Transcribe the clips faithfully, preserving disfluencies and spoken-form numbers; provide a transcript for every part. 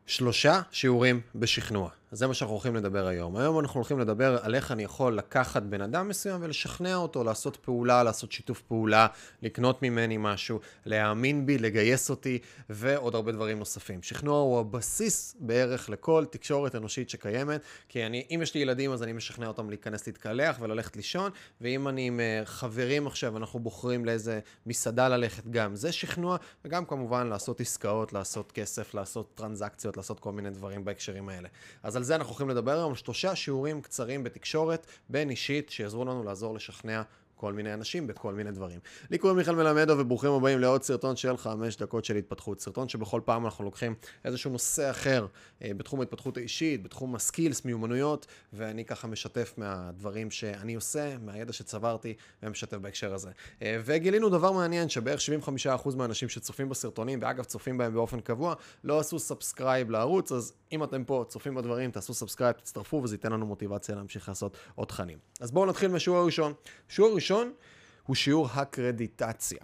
שלושה שיעורים בשכנוע. זה מה שאנחנו הולכים לדבר היום. היום אנחנו הולכים לדבר על איך אני יכול לקחת בן אדם מסוים ולשכנע אותו, לעשות פעולה, לעשות שיתוף פעולה, לקנות ממני משהו, להאמין בי, לגייס אותי, ועוד הרבה דברים נוספים. שכנוע הוא הבסיס בערך לכל תקשורת אנושית שקיימת, כי אני, אם יש לי ילדים אז אני משכנע אותם להיכנס להתקלח וללכת לישון, ואם אני עם חברים עכשיו, אנחנו בוחרים לאיזה מסעדה ללכת גם. זה שכנוע, וגם כמובן לעשות עסקאות, לעשות כסף, לעשות טרנזקציות, לעשות כל מיני דברים בהקשרים האלה. אז על זה אנחנו הולכים לדבר היום, שלושה שיעורים קצרים בתקשורת בין אישית שיעזרו לנו לעזור לשכנע כל מיני אנשים בכל מיני דברים. לי קוראים מיכאל מלמדו וברוכים הבאים לעוד סרטון של חמש דקות של התפתחות. סרטון שבכל פעם אנחנו לוקחים איזשהו נושא אחר אה, בתחום ההתפתחות האישית, בתחום הסקילס, מיומנויות, ואני ככה משתף מהדברים שאני עושה, מהידע שצברתי, ומשתף בהקשר הזה. אה, וגילינו דבר מעניין שבערך שבעים וחמישה אחוז מהאנשים שצופים בסרטונים, ואגב צופים בהם באופן קבוע, לא עשו סאבסקרייב לערוץ, אז אם אתם פה צופים בדברים, תעשו סאבסקרייב, תצטרפו וזה ייתן לנו מוטיבציה להמשיך לעשות עוד תכנים. אז בואו נתחיל מהשיעור הראשון. שיעור הראשון הוא שיעור הקרדיטציה.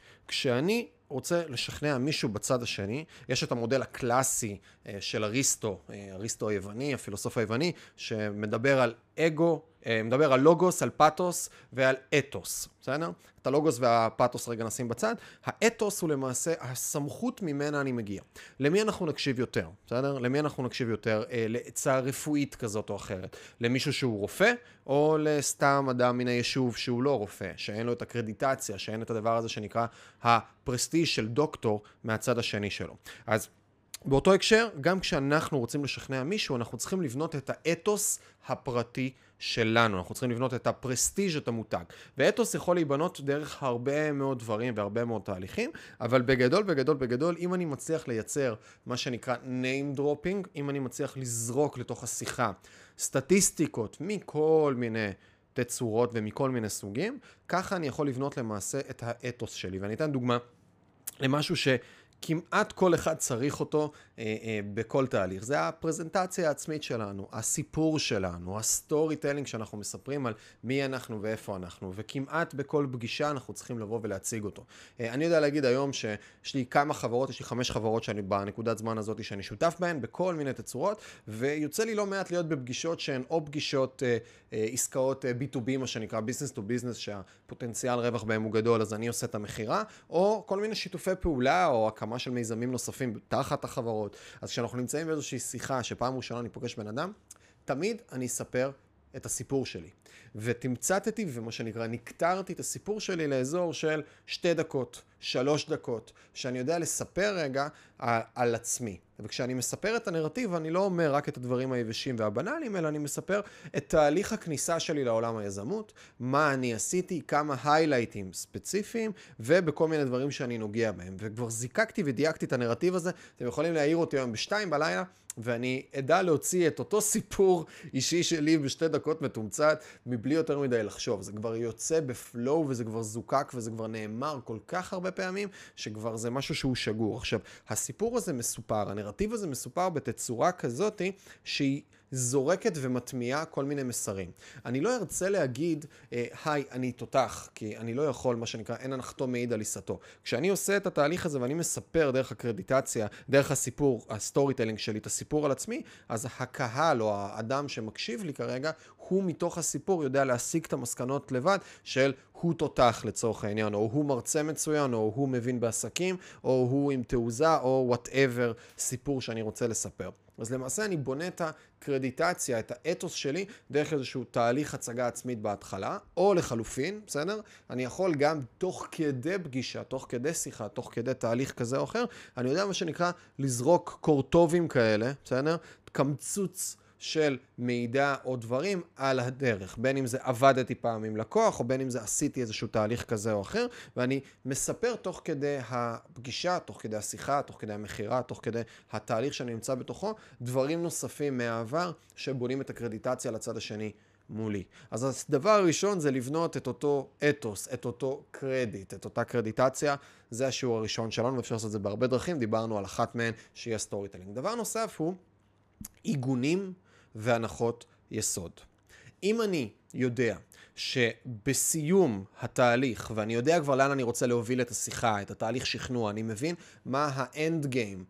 כשאני רוצה לשכנע מישהו בצד השני, יש את המודל הקלאסי של אריסטו, אריסטו היווני, הפילוסוף היווני, שמדבר על אגו, מדבר על לוגוס, על פאתוס ועל אתוס, בסדר? את הלוגוס והפאתוס רגע נשים בצד. האתוס הוא למעשה הסמכות ממנה אני מגיע. למי אנחנו נקשיב יותר, בסדר? למי אנחנו נקשיב יותר? לעצה רפואית כזאת או אחרת. למישהו שהוא רופא, או לסתם אדם מן היישוב שהוא לא רופא, שאין לו את הקרדיטציה, שאין את הדבר הזה שנקרא הפרסטיז' של דוקטור מהצד השני שלו. אז באותו הקשר, גם כשאנחנו רוצים לשכנע מישהו, אנחנו צריכים לבנות את האתוס הפרטי שלנו. אנחנו צריכים לבנות את הפרסטיז', את המותג. ואתוס יכול להיבנות דרך הרבה מאוד דברים והרבה מאוד תהליכים, אבל בגדול, בגדול, בגדול, אם אני מצליח לייצר מה שנקרא name dropping, אם אני מצליח לזרוק לתוך השיחה סטטיסטיקות מכל מיני תצורות ומכל מיני סוגים, ככה אני יכול לבנות למעשה את האתוס שלי. ואני אתן דוגמה למשהו ש... כמעט כל אחד צריך אותו אה, אה, בכל תהליך. זה הפרזנטציה העצמית שלנו, הסיפור שלנו, הסטורי טלינג שאנחנו מספרים על מי אנחנו ואיפה אנחנו, וכמעט בכל פגישה אנחנו צריכים לבוא ולהציג אותו. אה, אני יודע להגיד היום שיש לי כמה חברות, יש לי חמש חברות שאני בנקודת זמן הזאת שאני שותף בהן בכל מיני תצורות, ויוצא לי לא מעט להיות בפגישות שהן או פגישות אה, אה, עסקאות אה, בי טו בי, מה שנקרא business to business, שהפוטנציאל רווח בהם הוא גדול, אז אני עושה את המחירה, או כל מיני שיתופי פעולה, או הקמה של מיזמים נוספים תחת החברות. אז כשאנחנו נמצאים באיזושהי שיחה שפעם ראשונה אני פוגש בן אדם, תמיד אני אספר את הסיפור שלי. ותמצתתי, ומה שנקרא, נקטרתי את הסיפור שלי לאזור של שתי דקות, שלוש דקות, שאני יודע לספר רגע על, על עצמי. וכשאני מספר את הנרטיב, אני לא אומר רק את הדברים היבשים והבנאליים, אלא אני מספר את תהליך הכניסה שלי לעולם היזמות, מה אני עשיתי, כמה היילייטים ספציפיים, ובכל מיני דברים שאני נוגע בהם. וכבר זיקקתי ודייקתי את הנרטיב הזה, אתם יכולים להעיר אותי היום בשתיים בלילה, ואני אדע להוציא את אותו סיפור אישי שלי בשתי דקות מתומצת, מבלי יותר מדי לחשוב. זה כבר יוצא בפלואו, וזה כבר זוקק, וזה כבר נאמר כל כך הרבה פעמים, שכבר זה משהו שהוא שגור. עכשיו, הסיפור הזה מסופר, הנרטיב הזה מסופר בתצורה כזאת, שהיא זורקת ומטמיעה כל מיני מסרים. אני לא ארצה להגיד, היי, אני תותח, כי אני לא יכול, מה שנקרא, אין הנחתו מעיד על עיסתו. כשאני עושה את התהליך הזה ואני מספר דרך הקרדיטציה, דרך הסיפור, הסטורי טלינג שלי, את הסיפור על עצמי, אז הקהל או האדם שמקשיב לי כרגע, הוא מתוך הסיפור יודע להשיג את המסקנות לבד של הוא תותח לצורך העניין, או הוא מרצה מצוין, או הוא מבין בעסקים, או הוא עם תעוזה, או whatever סיפור שאני רוצה לספר. אז למעשה אני בונה את הקרדיטציה, את האתוס שלי, דרך איזשהו תהליך הצגה עצמית בהתחלה, או לחלופין, בסדר? אני יכול גם תוך כדי פגישה, תוך כדי שיחה, תוך כדי תהליך כזה או אחר, אני יודע מה שנקרא לזרוק קורטובים כאלה, בסדר? קמצוץ של מידע או דברים על הדרך. בין אם זה עבדתי פעם עם לקוח, או בין אם זה עשיתי איזשהו תהליך כזה או אחר, ואני מספר תוך כדי הפגישה, תוך כדי השיחה, תוך כדי המחירה, תוך כדי התהליך שאני נמצא בתוכו, דברים נוספים מהעבר שבונים את הקרדיטציה לצד השני מולי. אז הדבר הראשון זה לבנות את אותו אתוס, את אותו קרדיט, את אותה קרדיטציה. זה השיעור הראשון שלנו, ואפשר לעשות את זה בהרבה דרכים. דיברנו על אחת מהן שהיא הסטורי טלינג. דבר נוסף הוא עיגונים והנחות יסוד. אם אני יודע שבסיום התהליך, ואני יודע כבר לאן אני רוצה להוביל את השיחה, את התהליך שכנוע, אני מבין מה האנד גיים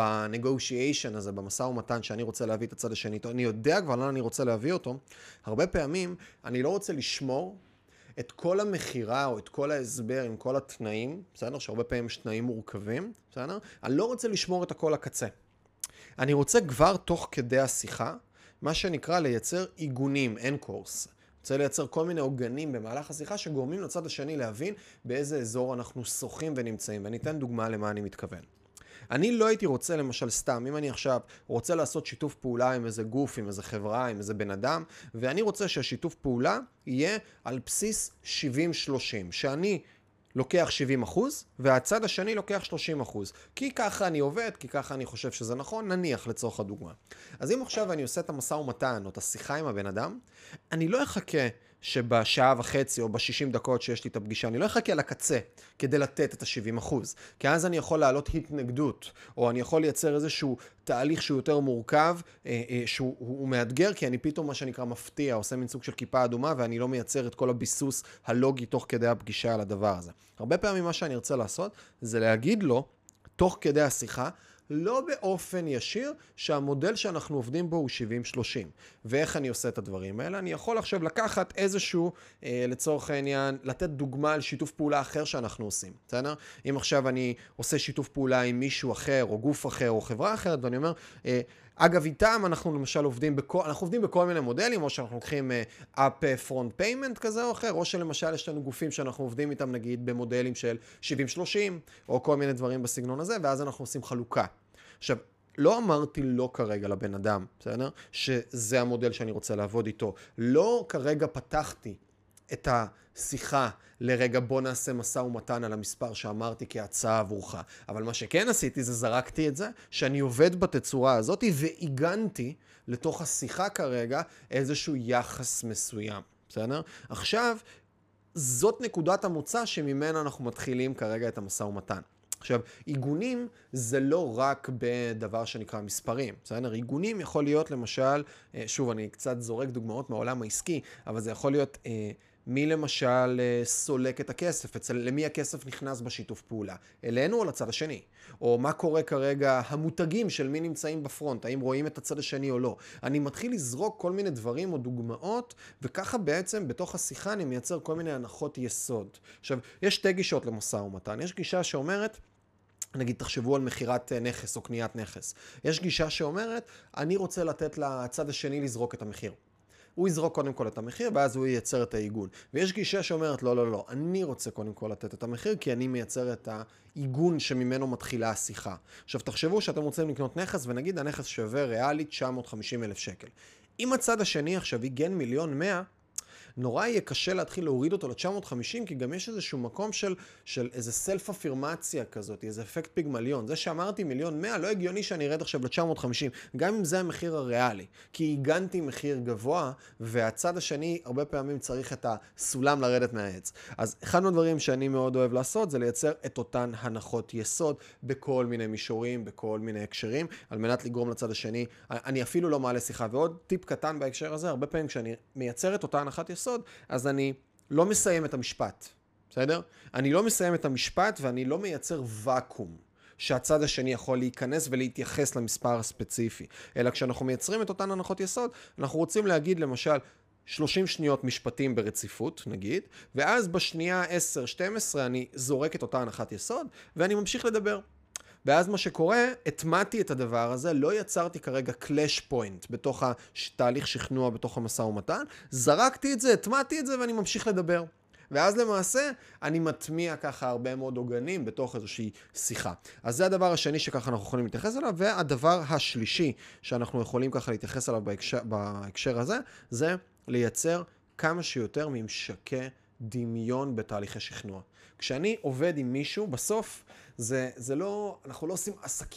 בנגושיישן הזה, במשא ומתן שאני רוצה להביא את הצד השני, אני יודע כבר לאן אני רוצה להביא אותו. הרבה פעמים אני לא רוצה לשמור את כל המחירה או את כל ההסבר עם כל התנאים, בסדר? שהרבה פעמים יש תנאים מורכבים, בסדר? אני לא רוצה לשמור את הכל לקצה. אני רוצה כבר תוך כדי השיחה, מה שנקרא לייצר עיגונים, אנקורס. רוצה לייצר כל מיני עוגנים במהלך השיחה שגורמים לצד השני להבין באיזה אזור אנחנו שוחים ונמצאים. ואני אתן דוגמה למה אני מתכוון. אני לא הייתי רוצה למשל סתם, אם אני עכשיו רוצה לעשות שיתוף פעולה עם איזה גוף, עם איזה חברה, עם איזה בן אדם, ואני רוצה שהשיתוף פעולה יהיה על בסיס שבעים שלושים, שאני לוקח שבעים אחוז, והצד השני לוקח שלושים אחוז. כי ככה אני עובד, כי ככה אני חושב שזה נכון, נניח לצורך הדוגמה. אז אם עכשיו אני עושה את המשא ומתן, או את השיחה עם הבן אדם, אני לא אחכה שבשעה וחצי או ב-שישים דקות שיש לי את הפגישה, אני לא אחכה לקצה כדי לתת את ה-שבעים אחוז. כי אז אני יכול לעלות התנגדות, או אני יכול לייצר איזשהו תהליך שהוא יותר מורכב, אה, אה, שהוא הוא מאתגר, כי אני פתאום מה שנקרא מפתיע, עושה מין סוג של כיפה אדומה, ואני לא מייצר את כל הביסוס הלוגי תוך כדי הפגישה על הדבר הזה. הרבה פעמים מה שאני ארצה לעשות, זה להגיד לו, תוך כדי השיחה, לא באופן ישיר שהמודל שאנחנו עובדים בו הוא שבעים שלושים. ואיך אני עושה את הדברים האלה? אני יכול עכשיו לקחת איזשהו, אה, לצורך העניין, לתת דוגמה על שיתוף פעולה אחר שאנחנו עושים. בסדר? אם עכשיו אני עושה שיתוף פעולה עם מישהו אחר, או גוף אחר, או חברה אחרת, ואני אומר, אה, אגב, איתם אנחנו למשל עובדים בכל, אנחנו עובדים בכל מיני מודלים, או שאנחנו לוקחים uh, up front payment כזה או אחר, או שלמשל יש לנו גופים שאנחנו עובדים איתם נגיד במודלים של שבעים שלושים, או כל מיני דברים בסגנון הזה, ואז אנחנו עושים חלוקה. עכשיו, לא אמרתי לא כרגע לבן אדם, בסדר? שזה המודל שאני רוצה לעבוד איתו. לא כרגע פתחתי את השיחה לרגע בוא נעשה מסע ומתן על המספר שאמרתי כהצעה עבורך. אבל מה שכן עשיתי זה זרקתי את זה, שאני עובד בתצורה הזאת ועיגנתי לתוך השיחה כרגע איזשהו יחס מסוים. בסדר? עכשיו, זאת נקודת המוצא שממנה אנחנו מתחילים כרגע את המסע ומתן. עכשיו, עיגונים זה לא רק בדבר שנקרא מספרים, בסדר? עיגונים יכול להיות למשל, שוב, אני קצת זורק דוגמאות מהעולם העסקי, אבל זה יכול להיות אה, מי למשל אה, סולק את הכסף, אצל, למי הכסף נכנס בשיתוף פעולה, אלינו או לצד השני? או מה קורה כרגע, המותגים של מי נמצאים בפרונט, האם רואים את הצד השני או לא. אני מתחיל לזרוק כל מיני דברים או דוגמאות, וככה בעצם בתוך השיחה אני מייצר כל מיני הנחות יסוד. עכשיו, יש שתי גישות למשא ומתן. יש גישה שאומרת, נגיד, תחשבו על מחירת נכס או קניית נכס. יש גישה שאומרת, אני רוצה לתת לצד השני לזרוק את המחיר. הוא יזרוק קודם כל את המחיר, ואז הוא ייצר את העיגון. ויש גישה שאומרת, לא, לא, לא, אני רוצה קודם כל לתת את המחיר, כי אני מייצר את העיגון שממנו מתחילה השיחה. עכשיו, תחשבו שאתם רוצים לקנות נכס, ונגיד הנכס שווה ריאלית תשע מאות וחמישים אלף שקל. אם הצד השני עכשיו עיגן מיליון מאה, נורא יהיה קשה להתחיל להוריד אותו ל-תשע מאות וחמישים, כי גם יש איזשהו מקום של, של איזה סלף-אפירמציה כזאת, איזה אפקט פיגמליון. זה שאמרתי מיליון מאה, לא הגיוני שאני ארד עכשיו ל-תשע מאות וחמישים, גם אם זה המחיר הריאלי. כי הגנתי מחיר גבוה, והצד השני הרבה פעמים צריך את הסולם לרדת מהעץ. אז אחד מהדברים שאני מאוד אוהב לעשות, זה לייצר את אותן הנחות יסוד, בכל מיני מישורים, בכל מיני הקשרים, על מנת לגרום לצד השני. אני אפילו לא מעלה שיחה. ועוד טיפ קטן בהקשר הזה, הרבה פעמים כשאני מייצר את אותה הנחת יסוד, אז אני לא מסיים את המשפט, בסדר? אני לא מסיים את המשפט ואני לא מייצר וקום שהצד השני יכול להיכנס ולהתייחס למספר הספציפי. אלא כשאנחנו מייצרים את אותן הנחות יסוד, אנחנו רוצים להגיד למשל שלושים שניות משפטים ברציפות, נגיד, ואז בשנייה עשר שתים עשרה אני זורק את אותה הנחת יסוד ואני ממשיך לדבר. ואז מה שקורה, התמעתי את הדבר הזה, לא יצרתי כרגע קלאש פוינט בתוך התהליך שכנוע, בתוך המשא ומתן, זרקתי את זה, התמעתי את זה ואני ממשיך לדבר. ואז למעשה אני מטמיע ככה הרבה מאוד עוגנים בתוך איזושהי שיחה. אז זה הדבר השני שככה אנחנו יכולים להתייחס אליו, והדבר השלישי שאנחנו יכולים ככה להתייחס אליו בהקשר, בהקשר הזה, זה לייצר כמה שיותר ממשקי דמיון בתהליכי שכנוע. כשאני עובד עם מישהו, בסוף זה, זה לא, אנחנו לא עושים עסקים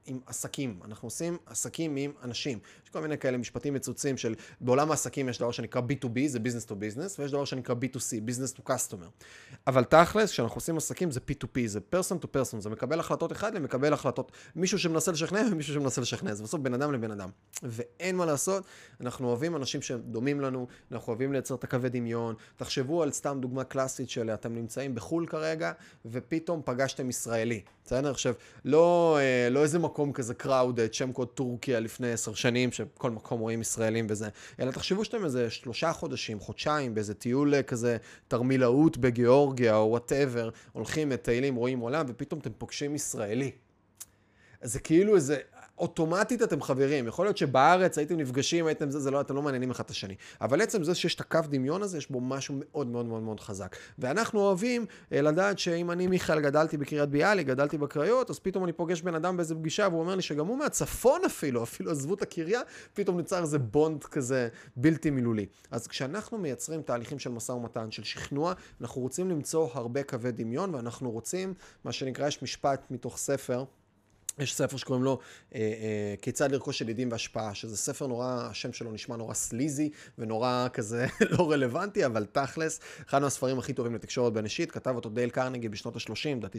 עם עסקים, אנחנו עושים עסקים עם אנשים. יש כל מיני כאלה משפטים מצוצים של, בעולם העסקים יש דבר שנקרא בי טו בי, זה business to business, ויש דבר שנקרא בי טו סי, business to customer. אבל תכלס, כשאנחנו עושים עסקים זה פי טו פי, זה person to person, זה מקבל החלטות אחד למקבל החלטות, מישהו שמנסה לשכנע ומישהו שמנסה לשכנע, זה בסוף בין אדם לבין אדם. ואין מה לעשות, אנחנו אוהבים אנשים שדומים לנו, אנחנו אוהבים לייצר את הקווי דמיון. תחשבו על סתם דוגמה קלאסית של אתם נמצאים בחול כרגע, ופתאום פגשתם ישראלי. בסדר? עכשיו, לא, לא איזה מקום כזה קראודד, שם קוד טורקיה לפני עשר שנים, שכל מקום רואים ישראלים וזה, אלא תחשבו שאתם איזה שלושה חודשים, חודשיים, באיזה טיול כזה תרמילאות בגיאורגיה או whatever, הולכים, מטיילים, רואים עולם, ופתאום אתם פוגשים ישראלי. אז זה כאילו איזה, אוטומטית אתם חברים, יכול להיות שבארץ הייתם נפגשים, הייתם זה, זה לא, אתם לא מעניינים אחד את השני. אבל עצם זה שיש את הקו דמיון הזה, יש בו משהו מאוד מאוד מאוד מאוד חזק. ואנחנו אוהבים לדעת שאם אני מיכאל גדלתי בקריית ביאליק, גדלתי בקריות, אז פתאום אני פוגש בן אדם באיזה פגישה, והוא אומר לי שגם הוא מהצפון אפילו, אפילו עזבו את הקריה, פתאום נוצר איזה בונד כזה בלתי מילולי. אז כשאנחנו מייצרים תהליכים של משא ומתן, של שכנוע, אנחנו רוצים למצוא הרבה קווי דמיון, ואנחנו רוצים, מה שנקרא, יש משפט מתוך ספר, יש ספר שקוראים לו אה, אה, כיצד לרכוש ידידים והשפעה, שזה ספר נורא, השם שלו נשמע נורא סליזי ונורא כזה לא רלוונטי, אבל תכלס, אחד מהספרים הכי טובים לתקשורת בין אישית, כתב אותו דייל קרנגי בשנות ה-שלושים, דעתי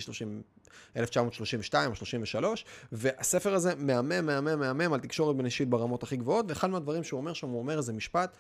אלף תשע מאות שלושים ושתיים או שלושים ושלוש, והספר הזה מהמם, מהמם, מהמם על תקשורת בין אישית ברמות הכי גבוהות, ואחד מהדברים שהוא אומר שם, הוא אומר איזה משפט,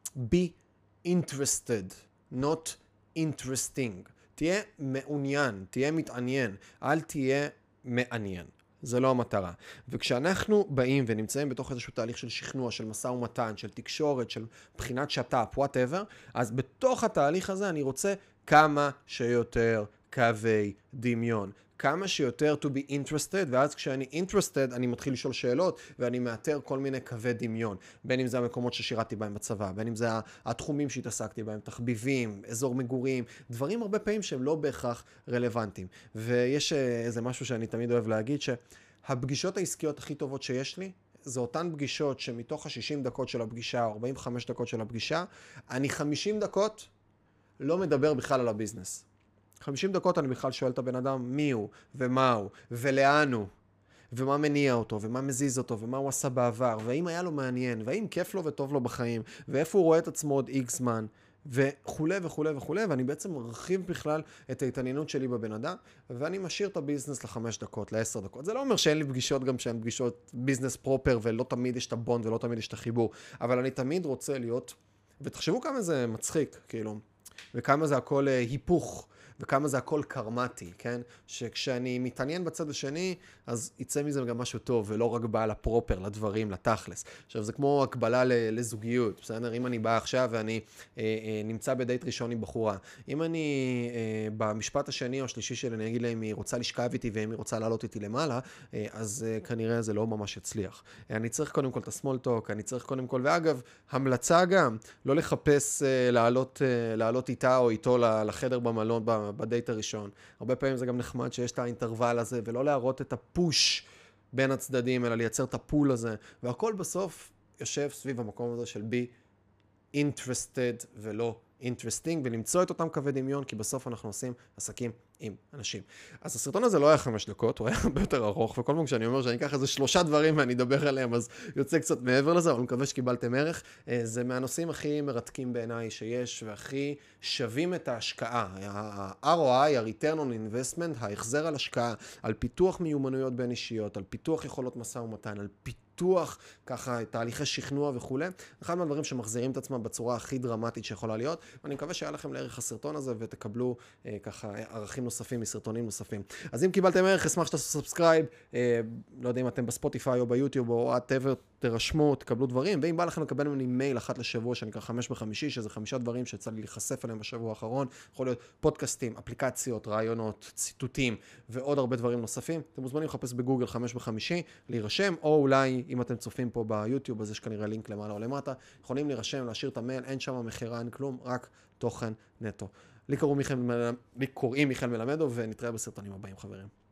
be interested, not interesting. תהיה מעוניין, תהיה מתעניין, אל תהיה מעניין. זה לא המטרה. וכשאנחנו באים ונמצאים בתוך איזשהו תהליך של שכנוע, של מסע ומתן, של תקשורת, של בחינת שטאפ, whatever, אז בתוך התהליך הזה אני רוצה כמה שיותר קווי דמיון. כמה שיותר to be interested, ואז כשאני interested, אני מתחיל לשאול שאלות, ואני מאתר כל מיני קווי דמיון. בין אם זה המקומות ששירתי בהם בצבא, בין אם זה התחומים שהתעסקתי בהם, תחביבים, אזור מגורים, דברים הרבה פעמים שהם לא בהכרח רלוונטיים. ויש איזה משהו שאני תמיד אוהב להגיד, שהפגישות העסקיות הכי טובות שיש לי, זה אותן פגישות שמתוך ה-שישים דקות של הפגישה, או ארבעים וחמש דקות של הפגישה, אני חמישים דקות לא מדבר בכלל על הביזנס. חמישים דקות אני בכלל שואל את הבן אדם מי הוא, ומה הוא, ולאן הוא, ומה מניע אותו, ומה מזיז אותו, ומה הוא עשה בעבר, והאם היה לו מעניין, והאם כיף לו וטוב לו בחיים, ואיפה הוא רואה את עצמו עוד איקס זמן, וכו' וכו' וכו', ואני בעצם מרחיב בכלל את ההתעניינות שלי בבן אדם, ואני משאיר את הביזנס לחמש דקות, לעשר דקות. זה לא אומר שאין לי פגישות גם שהן פגישות ביזנס פרופר, ולא תמיד יש את הבונד, ולא תמיד יש את החיבור, אבל אני תמיד רוצה להיות, ותחשבו כמה זה מצחיק, כאילו, וכמה זה הכל היפוך, וכמה זה הכל קרמטי, כן? שכשאני מתעניין בצד השני, אז יצא מזה גם משהו טוב, ולא רק בא לפרופר, לדברים, לתכלס. עכשיו, זה כמו הקבלה לזוגיות, בסדר? אם אני בא עכשיו ואני אה, אה, נמצא בדייט ראשון עם בחורה, אם אני אה, במשפט השני או השלישי שלי, אני אגיד לה אם היא רוצה לשכב איתי ואם היא רוצה לעלות איתי למעלה, אה, אז אה, כנראה זה לא ממש יצליח. אה, אני צריך קודם כל את הסמול טוק, אני צריך קודם כל, ואגב, המלצה גם, לא לחפש אה, לעלות, אה, לעלות איתה או איתו לחדר במלון, בדייט הראשון. הרבה פעמים זה גם נחמד שיש את האינטרוול הזה, ולא להראות את הפוש בין הצדדים, אלא לייצר את הפול הזה. והכל בסוף יושב סביב המקום הזה של be interested ולא interesting, ולמצוא את אותם קווי דמיון, כי בסוף אנחנו עושים עסקים עם אנשים. אז הסרטון הזה לא היה חמש דקות, הוא היה הרבה יותר ארוך, וכל פעם כשאני אומר שאני אקח איזה שלושה דברים ואני אדבר עליהם, אז יוצא קצת מעבר לזה, אבל אני מקווה שקיבלתם ערך. זה מהנושאים הכי מרתקים בעיניי שיש, והכי שווים את ההשקעה. ה-אר או איי, ה-return on investment, ההחזר על השקעה, על פיתוח מיומנויות בין אישיות, על פיתוח יכולות מסע ומתן, על פיתוח, ככה, תהליכי שכנוע וכו'. אחד מהדברים שמחזירים את עצמם בצורה הכי דרמטית שיכולה להיות, ואני מקווה שהיה לכם לערך הסרטון הזה ותקבלו אה, ככה ערכים נוספים מסרטונים נוספים. אז אם קיבלתם ערך, אשמח שתעשו סאבסקרייב, אה, לא יודע אם אתם בספוטיפיי או ביוטיוב או whatever, תרשמו, תקבלו דברים, ואם בא לכם לקבל ממני מייל אחת לשבוע שנקרא חמש בחמישי, שזה חמישה דברים שיצא לי להיחשף עליהם בשבוע האחרון, יכול להיות פודקאסטים, אפליקציות, רעיונות, ציטוטים ועוד הרבה דברים נוספים. אתם מוזמנים לחפש בגוגל חמש בחמישי, להירשם, או אולי אם אתם צופים פה ביוטיוב, אז יש כנראה לינק למעלה או למטה, יכולים להירשם, להשאיר את המייל, אין שם מחירה, אין כלום, רק תוכן נטו. לי קוראים מיכאל מלמדו, ונתראה בסרטונים הבאים, חברים.